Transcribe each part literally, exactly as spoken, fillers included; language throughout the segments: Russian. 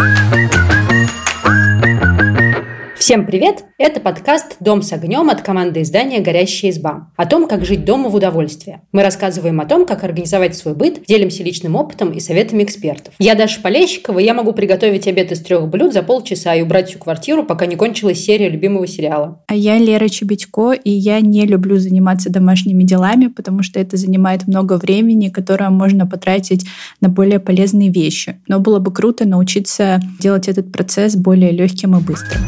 Всем привет! Это подкаст «Дом с огнем» от команды издания «Горящая изба». О том, как жить дома в удовольствие. Мы рассказываем о том, как организовать свой быт, делимся личным опытом и советами экспертов. Я Даша Полещикова, и я могу приготовить обед из трех блюд за полчаса и убрать всю квартиру, пока не кончилась серия любимого сериала. А я Лера Чебедько, и я не люблю заниматься домашними делами, потому что это занимает много времени, которое можно потратить на более полезные вещи. Но было бы круто научиться делать этот процесс более легким и быстрым.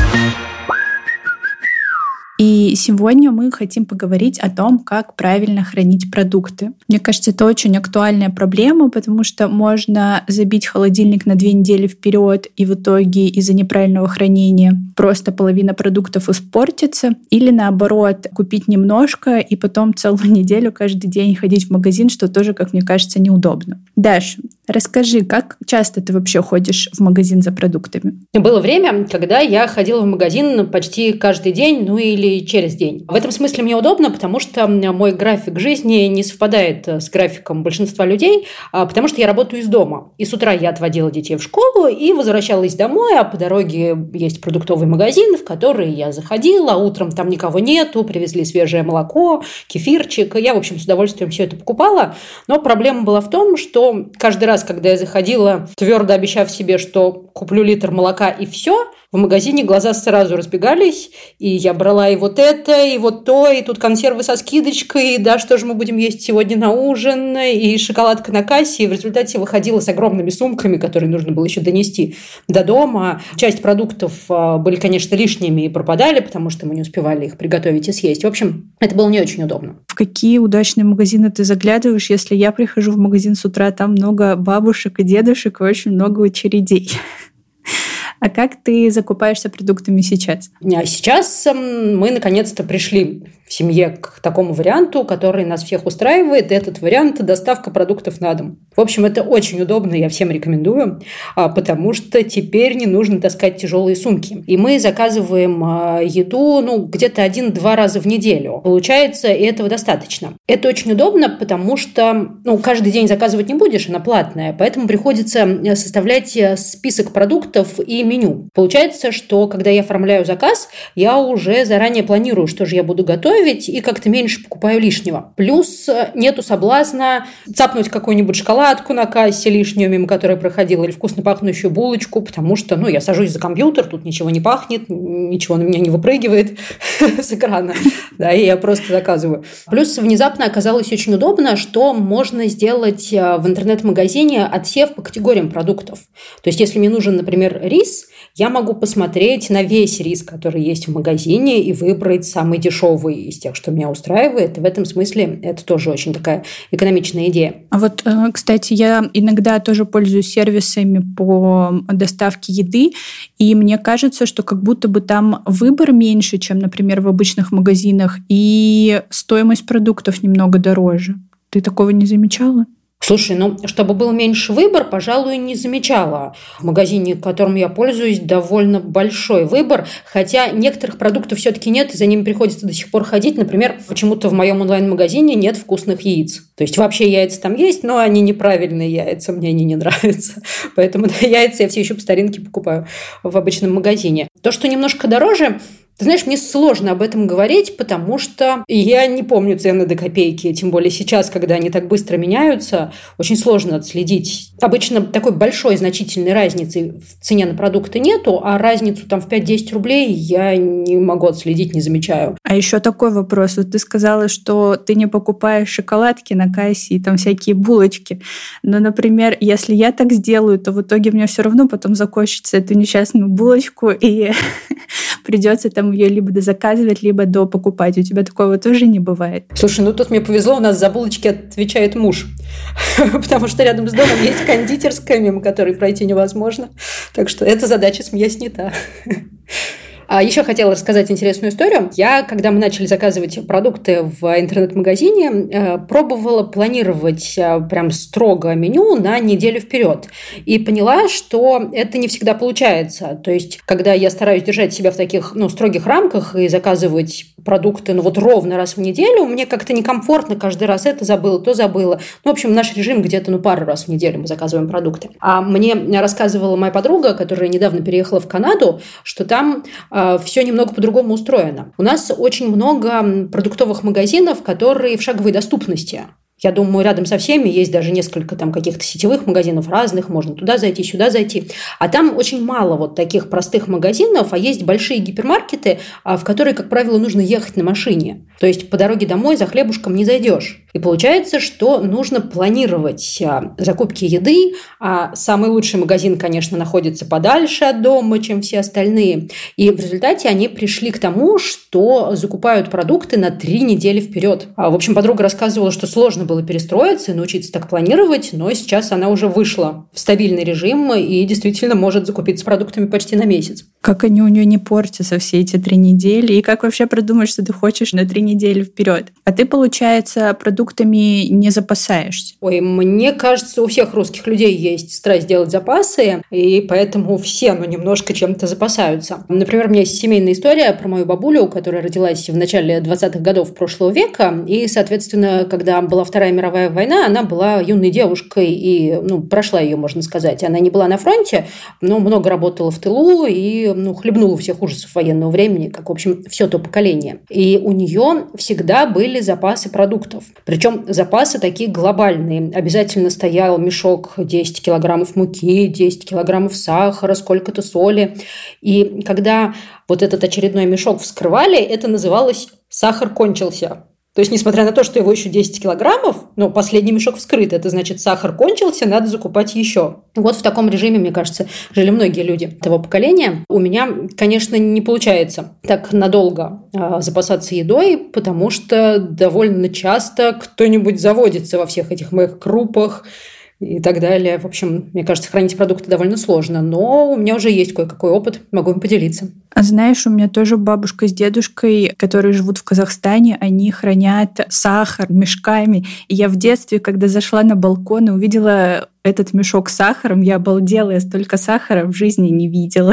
И сегодня мы хотим поговорить о том, как правильно хранить продукты. Мне кажется, это очень актуальная проблема, потому что можно забить холодильник на две недели вперед, и в итоге из-за неправильного хранения просто половина продуктов испортится. Или наоборот, купить немножко и потом целую неделю каждый день ходить в магазин, что тоже, как мне кажется, неудобно. Даша, расскажи, как часто ты вообще ходишь в магазин за продуктами? Было время, когда я ходила в магазин почти каждый день, ну или через день. В этом смысле мне удобно, потому что мой график жизни не совпадает с графиком большинства людей, потому что я работаю из дома. И с утра я отводила детей в школу и возвращалась домой, а по дороге есть продуктовый магазин, в который я заходила, утром там никого нету, привезли свежее молоко, кефирчик. Я, в общем, с удовольствием все это покупала. Но проблема была в том, что каждый раз, когда я заходила, твердо обещав себе, что куплю литр молока и все, в магазине глаза сразу разбегались, и я брала и вот это, и вот то, и тут консервы со скидочкой, и да, что же мы будем есть сегодня на ужин, и шоколадка на кассе, и в результате выходила с огромными сумками, которые нужно было еще донести до дома. Часть продуктов были, конечно, лишними и пропадали, потому что мы не успевали их приготовить и съесть. В общем, это было не очень удобно. В какие удачные магазины ты заглядываешь? Если я прихожу в магазин с утра, там много бабушек и дедушек и очень много очередей. А как ты закупаешься продуктами сейчас? Сейчас мы наконец-то пришли в семье к такому варианту, который нас всех устраивает. Этот вариант – доставка продуктов на дом. В общем, это очень удобно, я всем рекомендую, потому что теперь не нужно таскать тяжелые сумки. И мы заказываем еду ну, где-то один-два раза в неделю. Получается, и этого достаточно. Это очень удобно, потому что ну, каждый день заказывать не будешь, она платная, поэтому приходится составлять список продуктов и меню. Получается, что когда я оформляю заказ, я уже заранее планирую, что же я буду готовить, и как-то меньше покупаю лишнего. Плюс нету соблазна цапнуть какую-нибудь шоколадку на кассе лишнюю, мимо которой проходила, или вкусно пахнущую булочку, потому что ну, я сажусь за компьютер, тут ничего не пахнет, ничего на меня не выпрыгивает с экрана, да, и я просто заказываю. Плюс внезапно оказалось очень удобно, что можно сделать в интернет-магазине отсев по категориям продуктов. То есть, если мне нужен, например, рис, я могу посмотреть на весь рис, который есть в магазине, и выбрать самый дешевый из тех, что меня устраивает. И в этом смысле это тоже очень такая экономичная идея. А вот, кстати, я иногда тоже пользуюсь сервисами по доставке еды, и мне кажется, что как будто бы там выбор меньше, чем, например, в обычных магазинах, и стоимость продуктов немного дороже. Ты такого не замечала? Слушай, ну, чтобы был меньше выбор, пожалуй, не замечала. В магазине, которым я пользуюсь, довольно большой выбор, хотя некоторых продуктов все-таки нет, и за ними приходится до сих пор ходить. Например, почему-то в моем онлайн-магазине нет вкусных яиц. То есть вообще яйца там есть, но они неправильные яйца, мне они не нравятся. Поэтому да, яйца я все еще по старинке покупаю в обычном магазине. То, что немножко дороже... Ты знаешь, мне сложно об этом говорить, потому что я не помню цены до копейки, тем более сейчас, когда они так быстро меняются, очень сложно отследить. Обычно такой большой значительной разницы в цене на продукты нету, а разницу там в пять-десять рублей я не могу отследить, не замечаю. А еще такой вопрос. Вот ты сказала, что ты не покупаешь шоколадки на кассе и там всякие булочки. Но, например, если я так сделаю, то в итоге мне все равно потом закончится эту несчастную булочку, и придется там ее либо дозаказывать, либо допокупать. У тебя такого тоже не бывает? Слушай, ну тут мне повезло, у нас за булочки отвечает муж. Потому что рядом с домом есть кондитерская, мимо которой пройти невозможно. Так что эта задача с меня снята. А еще хотела рассказать интересную историю. Я, когда мы начали заказывать продукты в интернет-магазине, пробовала планировать прям строго меню на неделю вперед. И поняла, что это не всегда получается. То есть, когда я стараюсь держать себя в таких ну, строгих рамках и заказывать продукты ну, вот ровно раз в неделю, мне как-то некомфортно каждый раз это забыла, то забыла. Ну, в общем, наш режим где-то ну, пару раз в неделю мы заказываем продукты. А мне рассказывала моя подруга, которая недавно переехала в Канаду, что там э, все немного по-другому устроено. У нас очень много продуктовых магазинов, которые в шаговой доступности. Я думаю, рядом со всеми есть даже несколько там каких-то сетевых магазинов разных, можно туда зайти, сюда зайти. А там очень мало вот таких простых магазинов, а есть большие гипермаркеты, в которые, как правило, нужно ехать на машине. То есть по дороге домой за хлебушком не зайдешь. И получается, что нужно планировать закупки еды, а самый лучший магазин, конечно, находится подальше от дома, чем все остальные. И в результате они пришли к тому, что закупают продукты на три недели вперед. В общем, подруга рассказывала, что сложно было перестроиться и научиться так планировать, но сейчас она уже вышла в стабильный режим и действительно может закупиться продуктами почти на месяц. Как они у нее не портятся все эти три недели? И как вообще продумать, что ты хочешь на три недели вперед? А ты, получается, продуктами не запасаешься? Ой, мне кажется, у всех русских людей есть страсть делать запасы, и поэтому все, ну, немножко чем-то запасаются. Например, у меня есть семейная история про мою бабулю, которая родилась в начале двадцатых годов прошлого века, и, соответственно, когда была Вторая мировая война, она была юной девушкой и ну, прошла ее, можно сказать. Она не была на фронте, но много работала в тылу и ну, хлебнула всех ужасов военного времени, как, в общем, все то поколение. И у нее всегда были запасы продуктов. Причем запасы такие глобальные. Обязательно стоял мешок десять килограммов муки, десять килограммов сахара, сколько-то соли. И когда вот этот очередной мешок вскрывали, это называлось «сахар кончился». То есть, несмотря на то, что его еще десять килограммов, но последний мешок вскрыт, это значит, сахар кончился, надо закупать еще. Вот в таком режиме, мне кажется, жили многие люди того поколения. У меня, конечно, не получается так надолго а, запасаться едой, потому что довольно часто кто-нибудь заводится во всех этих моих крупах и так далее. В общем, мне кажется, хранить продукты довольно сложно, но у меня уже есть кое-какой опыт, могу им поделиться. А знаешь, у меня тоже бабушка с дедушкой, которые живут в Казахстане, они хранят сахар мешками. И я в детстве, когда зашла на балкон и увидела этот мешок с сахаром, я обалдела, я столько сахара в жизни не видела.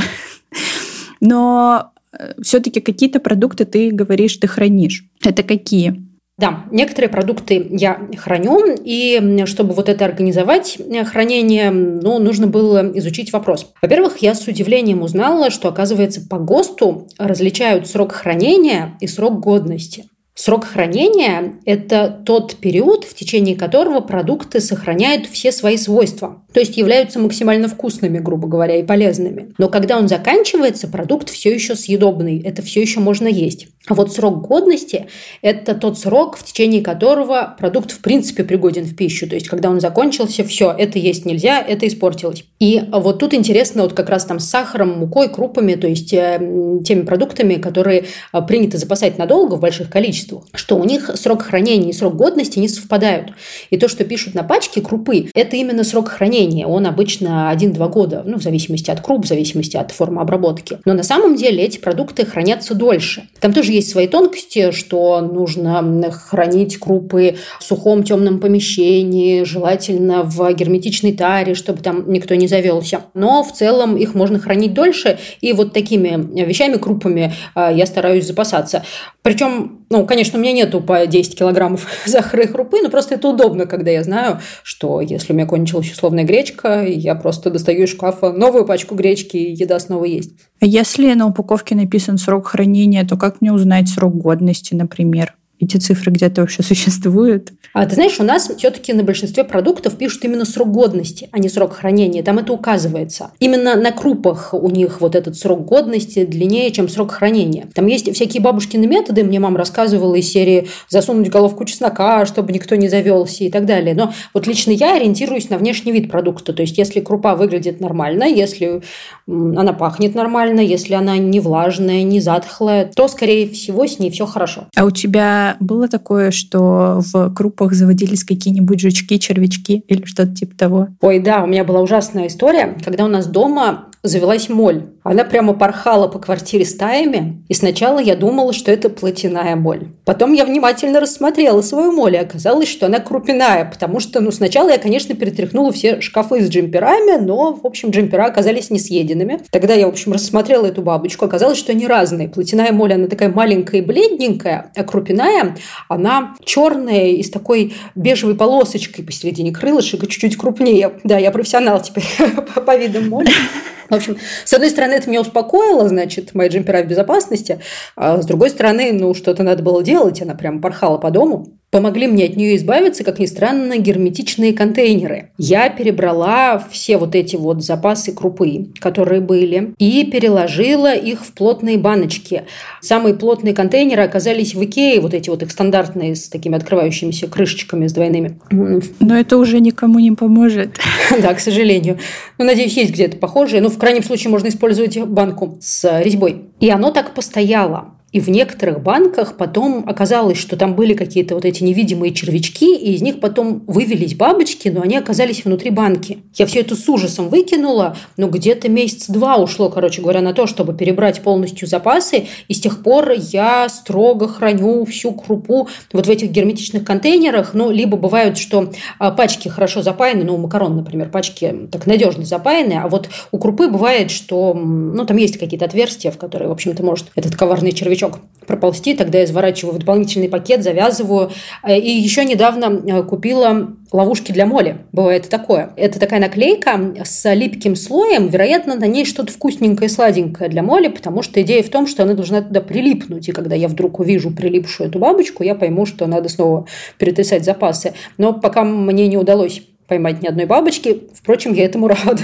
Но все-таки какие-то продукты, ты говоришь, ты хранишь. Это какие? Да, некоторые продукты я храню, и чтобы вот это организовать хранение, ну, нужно было изучить вопрос. Во-первых, я с удивлением узнала, что, оказывается, по ГОСТу различают срок хранения и срок годности. Срок хранения – это тот период, в течение которого продукты сохраняют все свои свойства, то есть являются максимально вкусными, грубо говоря, и полезными. Но когда он заканчивается, продукт все еще съедобный, это все еще можно есть. А вот срок годности – это тот срок, в течение которого продукт в принципе пригоден в пищу. То есть, когда он закончился, все, это есть нельзя, это испортилось. И вот тут интересно, вот как раз там с сахаром, мукой, крупами, то есть теми продуктами, которые принято запасать надолго в больших количествах, что у них срок хранения и срок годности не совпадают. И то, что пишут на пачке крупы, это именно срок хранения. Он обычно один-два года, ну, в зависимости от круп, в зависимости от формы обработки. Но на самом деле эти продукты хранятся дольше. Там тоже есть свои тонкости, что нужно хранить крупы в сухом темном помещении, желательно в герметичной таре, чтобы там никто не завелся. Но в целом их можно хранить дольше, и вот такими вещами, крупами, я стараюсь запасаться. Причем, ну, конечно, у меня нету по десять килограммов сахара и крупы, но просто это удобно, когда я знаю, что если у меня кончилась условная гречка, я просто достаю из шкафа новую пачку гречки, и еда снова есть. А если на упаковке написан срок хранения, то как мне узнать срок годности, например? Эти цифры где-то вообще существуют? А ты знаешь, у нас все-таки на большинстве продуктов пишут именно срок годности, а не срок хранения. Там это указывается. Именно на крупах у них вот этот срок годности длиннее, чем срок хранения. Там есть всякие бабушкины методы, мне мама рассказывала из серии засунуть головку чеснока, чтобы никто не завелся и так далее. Но вот лично я ориентируюсь на внешний вид продукта. То есть, если крупа выглядит нормально, если она пахнет нормально, если она не влажная, не затхлая, то, скорее всего, с ней все хорошо. А у тебя было такое, что в крупах заводились какие-нибудь жучки, червячки или что-то типа того? Ой, да, у меня была ужасная история, когда у нас дома завелась моль. Она прямо порхала по квартире стаями, и сначала я думала, что это плотяная моль. Потом я внимательно рассмотрела свою моль, и оказалось, что она крупяная, потому что, ну, сначала я, конечно, перетряхнула все шкафы с джемперами, но, в общем, джемпера оказались несъеденными. Тогда я, в общем, рассмотрела эту бабочку, оказалось, что они разные. Плотяная моль, она такая маленькая и бледненькая, а крупяная, она черная и с такой бежевой полосочкой посередине крылышек и чуть-чуть крупнее. Да, я профессионал теперь по видам моли. В общем, с одной стороны, это меня успокоило, значит, мои джемпера в безопасности, а с другой стороны, ну, что-то надо было делать, она прям порхала по дому. Помогли мне от нее избавиться, как ни странно, герметичные контейнеры. Я перебрала все вот эти вот запасы крупы, которые были, и переложила их в плотные баночки. Самые плотные контейнеры оказались в Икее, вот эти вот их стандартные с такими открывающимися крышечками, с двойными. Но это уже никому не поможет. Да, к сожалению. Ну, надеюсь, есть где-то похожие. Ну, в крайнем случае, можно использовать банку с резьбой. И оно так постояло. И в некоторых банках потом оказалось, что там были какие-то вот эти невидимые червячки, и из них потом вывелись бабочки, но они оказались внутри банки. Я все это с ужасом выкинула, но где-то месяца два ушло, короче говоря, на то, чтобы перебрать полностью запасы, и с тех пор я строго храню всю крупу вот в этих герметичных контейнерах. Ну, либо бывают, что пачки хорошо запаяны, ну, у макарон, например, пачки так надежно запаяны, а вот у крупы бывает, что, ну, там есть какие-то отверстия, в которые, в общем-то, может этот коварный червячок проползти, тогда я заворачиваю в дополнительный пакет, завязываю. И еще недавно купила ловушки для моли. Бывает и такое. Это такая наклейка с липким слоем. Вероятно, на ней что-то вкусненькое, сладенькое для моли, потому что идея в том, что она должна туда прилипнуть. И когда я вдруг увижу прилипшую эту бабочку, я пойму, что надо снова перетрясать запасы. Но пока мне не удалось поймать ни одной бабочки, впрочем, я этому рада.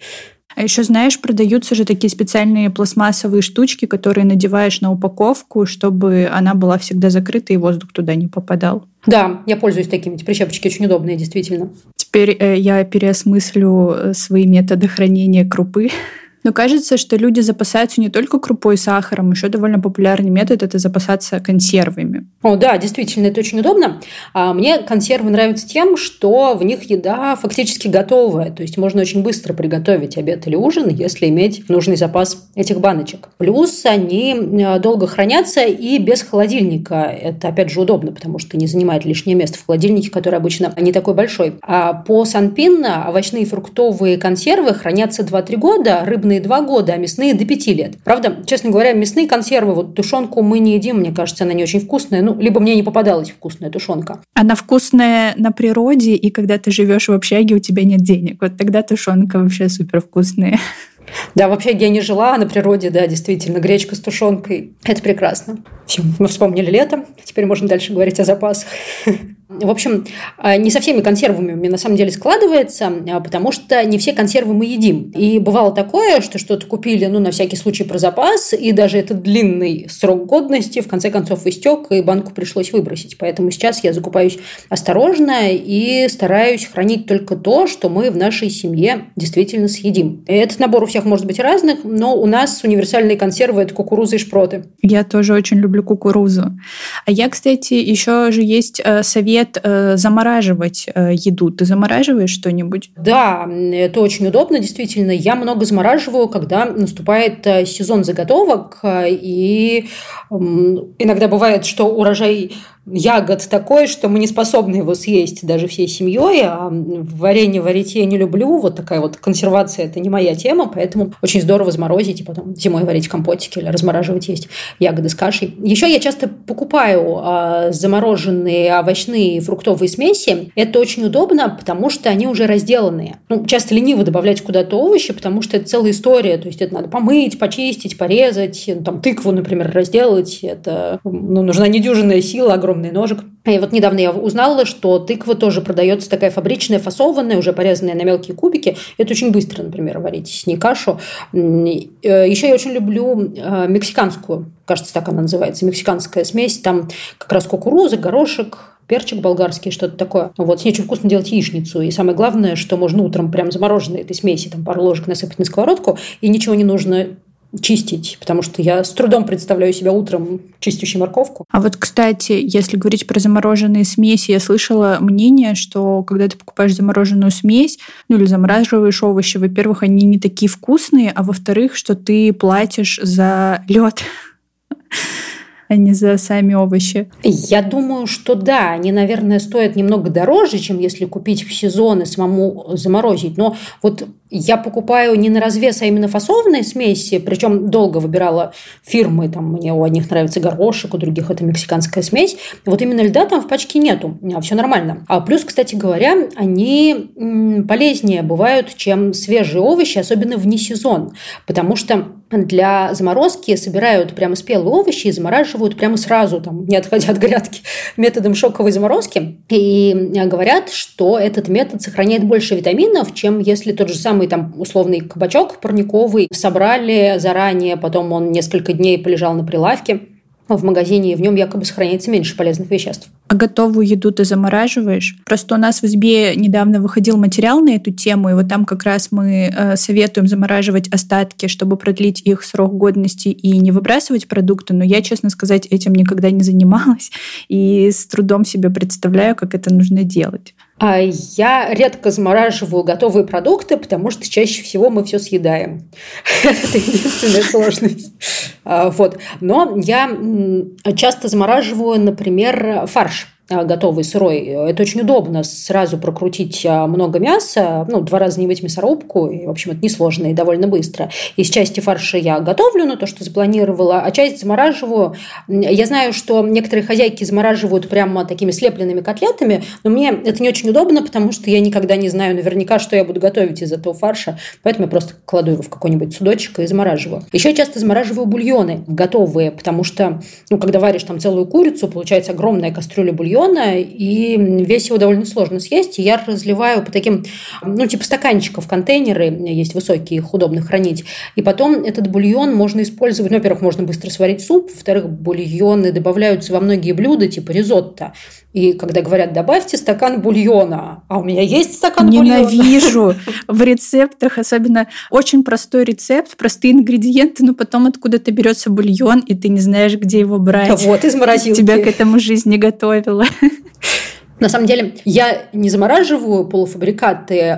А еще, знаешь, продаются же такие специальные пластмассовые штучки, которые надеваешь на упаковку, чтобы она была всегда закрыта и воздух туда не попадал. Да, я пользуюсь такими. Эти прищепочки очень удобные, действительно. Теперь э, я переосмыслю свои методы хранения крупы. Но кажется, что люди запасаются не только крупой и сахаром, еще довольно популярный метод – это запасаться консервами. О, да, действительно, это очень удобно. А мне консервы нравятся тем, что в них еда фактически готовая. То есть можно очень быстро приготовить обед или ужин, если иметь нужный запас этих баночек. Плюс они долго хранятся и без холодильника. Это, опять же, удобно, потому что не занимает лишнее место в холодильнике, который обычно не такой большой. А по Санпин овощные и фруктовые консервы хранятся два-три года, рыбные два года, а мясные до пяти лет. Правда, честно говоря, мясные консервы, вот тушенку мы не едим, мне кажется, она не очень вкусная. Ну, либо мне не попадалась вкусная тушенка. Она вкусная на природе, и когда ты живешь в общаге, у тебя нет денег. Вот тогда тушенка вообще супер вкусная. Да, в общаге я не жила, а на природе, да, действительно, гречка с тушенкой. Это прекрасно. Все, мы вспомнили лето, теперь можем дальше говорить о запасах. В общем, не со всеми консервами у меня на самом деле складывается, потому что не все консервы мы едим. И бывало такое, что что-то купили, ну, на всякий случай про запас, и даже этот длинный срок годности в конце концов истек, и банку пришлось выбросить. Поэтому сейчас я закупаюсь осторожно и стараюсь хранить только то, что мы в нашей семье действительно съедим. Этот набор у всех может быть разных, но у нас универсальные консервы – это кукуруза и шпроты. Я тоже очень люблю кукурузу. А я, кстати, еще же есть совет замораживать еду. Ты замораживаешь что-нибудь? Да, это очень удобно, действительно. Я много замораживаю, когда наступает сезон заготовок, и иногда бывает, что урожай ягод такой, что мы не способны его съесть даже всей семьей, а варенье варить я не люблю, вот такая вот консервация – это не моя тема, поэтому очень здорово заморозить и потом зимой варить компотики или размораживать, есть ягоды с кашей. Еще я часто покупаю а, замороженные овощные и фруктовые смеси. Это очень удобно, потому что они уже разделанные. Ну, часто лениво добавлять куда-то овощи, потому что это целая история, то есть это надо помыть, почистить, порезать, ну, там тыкву, например, разделать, это ну, нужна недюжинная сила, огромная ножик. И вот недавно я узнала, что тыква тоже продается такая фабричная, фасованная, уже порезанная на мелкие кубики. Это очень быстро, например, варить с ней кашу. Еще я очень люблю мексиканскую, кажется, так она называется, мексиканская смесь. Там как раз кукуруза, горошек, перчик болгарский, что-то такое. Вот, с ней очень вкусно делать яичницу. И самое главное, что можно утром прям замороженной этой смеси, там пару ложек насыпать на сковородку, и ничего не нужно чистить, потому что я с трудом представляю себя утром чистящей морковку. А вот, кстати, если говорить про замороженные смеси, я слышала мнение, что когда ты покупаешь замороженную смесь, ну или замораживаешь овощи, во-первых, они не такие вкусные, а во-вторых, что ты платишь за лед, а не за сами овощи. Я думаю, что да, они, наверное, стоят немного дороже, чем если купить в сезон и самому заморозить. Но вот я покупаю не на развес, а именно фасованные смеси, причем долго выбирала фирмы, там мне у одних нравится горошек, у других это мексиканская смесь. Вот именно льда там в пачке нету, все нормально. А плюс, кстати говоря, они полезнее бывают, чем свежие овощи, особенно вне сезон, потому что для заморозки собирают прямо спелые овощи и замораживают прямо сразу, там, не отходя от грядки, методом шоковой заморозки. И говорят, что этот метод сохраняет больше витаминов, чем если тот же самый там, условный кабачок парниковый собрали заранее, потом он несколько дней полежал на прилавке в магазине, и в нем якобы сохраняется меньше полезных веществ. А готовую еду ты замораживаешь? Просто у нас в избе недавно выходил материал на эту тему, и вот там как раз мы э, советуем замораживать остатки, чтобы продлить их срок годности и не выбрасывать продукты, но я, честно сказать, этим никогда не занималась и с трудом себе представляю, как это нужно делать. А я редко замораживаю готовые продукты, потому что чаще всего мы все съедаем. Это единственная сложность. Вот. Но я часто замораживаю, например, фарш готовый, сырой. Это очень удобно сразу прокрутить много мяса, ну, два раза не мыть мясорубку, и, в общем, это несложно и довольно быстро. Из части фарша я готовлю, ну, то, что запланировала, а часть замораживаю. Я знаю, что некоторые хозяйки замораживают прямо такими слепленными котлетами, но мне это не очень удобно, потому что я никогда не знаю наверняка, что я буду готовить из этого фарша, поэтому я просто кладу его в какой-нибудь судочек и замораживаю. Еще я часто замораживаю бульоны готовые, потому что, ну, когда варишь там целую курицу, получается огромная кастрюля бульона, и весь его довольно сложно съесть. И я разливаю по таким, ну, типа стаканчиков, контейнеры, есть высокие, их удобно хранить. И потом этот бульон можно использовать, ну, во-первых, можно быстро сварить суп, во-вторых, бульоны добавляются во многие блюда, типа ризотто. И когда говорят, добавьте стакан бульона, а у меня есть стакан Ненавижу. бульона. Ненавижу в рецептах, особенно очень простой рецепт, простые ингредиенты, но потом откуда-то берется бульон, и ты не знаешь, где его брать. Вот, из морозилки. Тебя к этому жизнь не готовила. На самом деле, я не замораживаю полуфабрикаты,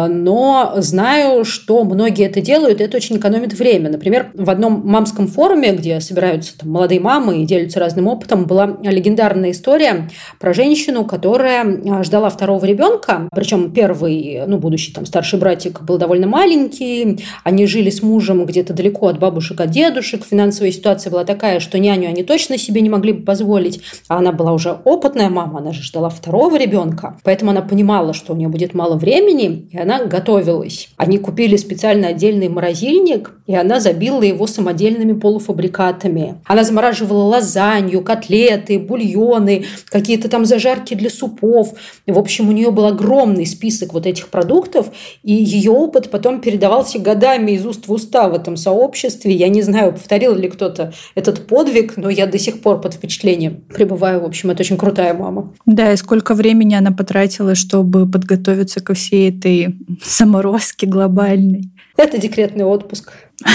но знаю, что многие это делают, и это очень экономит время. Например, в одном мамском форуме, где собираются там молодые мамы и делятся разным опытом, была легендарная история про женщину, которая ждала второго ребенка, причем первый, ну, будущий там старший братик был довольно маленький, они жили с мужем где-то далеко от бабушек, от дедушек, финансовая ситуация была такая, что няню они точно себе не могли бы позволить, а она была уже опытная мама, она же ждала второго ребенка, поэтому она понимала, что у нее будет мало времени, и она готовилась. Они купили специально отдельный морозильник, и она забила его самодельными полуфабрикатами. Она замораживала лазанью, котлеты, бульоны, какие-то там зажарки для супов. В общем, у нее был огромный список вот этих продуктов, и ее опыт потом передавался годами из уст в уста в этом сообществе. Я не знаю, повторил ли кто-то этот подвиг, но я до сих пор под впечатлением пребываю. В общем, это очень крутая мама. Да, и сколько времени она потратила, чтобы подготовиться ко всей этой заморозке глобальной. Это декретный отпуск.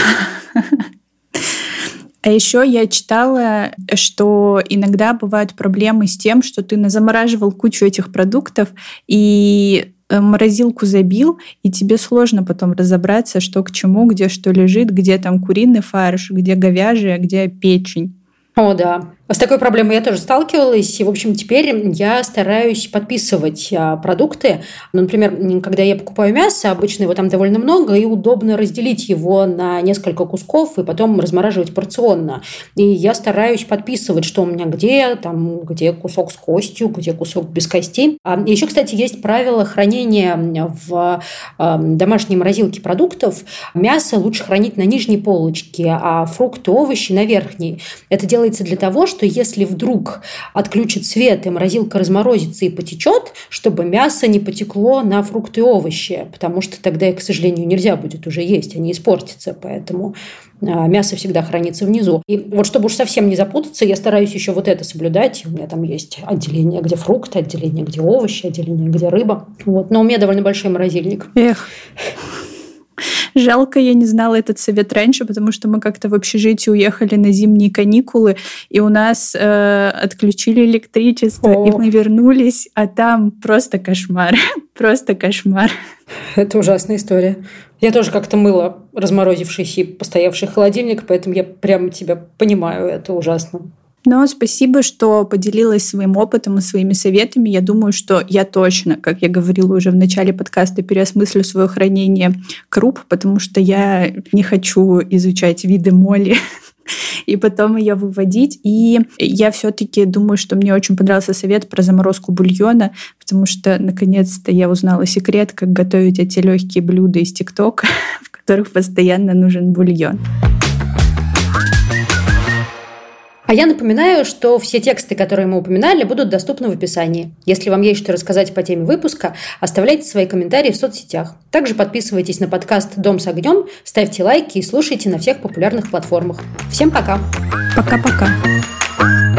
А еще я читала, что иногда бывают проблемы с тем, что ты замораживал кучу этих продуктов и морозилку забил, и тебе сложно потом разобраться, что к чему, где что лежит, где там куриный фарш, где говяжий, а где печень. О, да. С такой проблемой я тоже сталкивалась. И, в общем, теперь я стараюсь подписывать продукты. Ну, например, когда я покупаю мясо, обычно его там довольно много, и удобно разделить его на несколько кусков и потом размораживать порционно. И я стараюсь подписывать, что у меня где, там, где кусок с костью, где кусок без кости. И еще, кстати, есть правило хранения в домашней морозилке продуктов. Мясо лучше хранить на нижней полочке, а фрукты, овощи на верхней. Это делается для того, что что если вдруг отключит свет и морозилка разморозится и потечет, чтобы мясо не потекло на фрукты и овощи, потому что тогда их, к сожалению, нельзя будет уже есть, они испортятся, поэтому мясо всегда хранится внизу. И вот чтобы уж совсем не запутаться, я стараюсь еще вот это соблюдать. У меня там есть отделение, где фрукты, отделение, где овощи, отделение, где рыба. Вот. Но у меня довольно большой морозильник. Эх. Жалко, я не знала этот совет раньше, потому что мы как-то в общежитие уехали на зимние каникулы, и у нас э, отключили электричество, О. и мы вернулись, а там просто кошмар, просто кошмар. Это ужасная история. Я тоже как-то мыла разморозившийся и постоявший холодильник, поэтому я прямо тебя понимаю, это ужасно. Но спасибо, что поделилась своим опытом и своими советами. Я думаю, что я точно, как я говорила уже в начале подкаста, переосмыслю свое хранение круп, потому что я не хочу изучать виды моли и потом ее выводить. И я все-таки думаю, что мне очень понравился совет про заморозку бульона, потому что наконец-то я узнала секрет, как готовить эти легкие блюда из ТикТока, в которых постоянно нужен бульон. А я напоминаю, что все тексты, которые мы упоминали, будут доступны в описании. Если вам есть что рассказать по теме выпуска, оставляйте свои комментарии в соцсетях. Также подписывайтесь на подкаст «Дом с огнем», ставьте лайки и слушайте на всех популярных платформах. Всем пока! Пока-пока!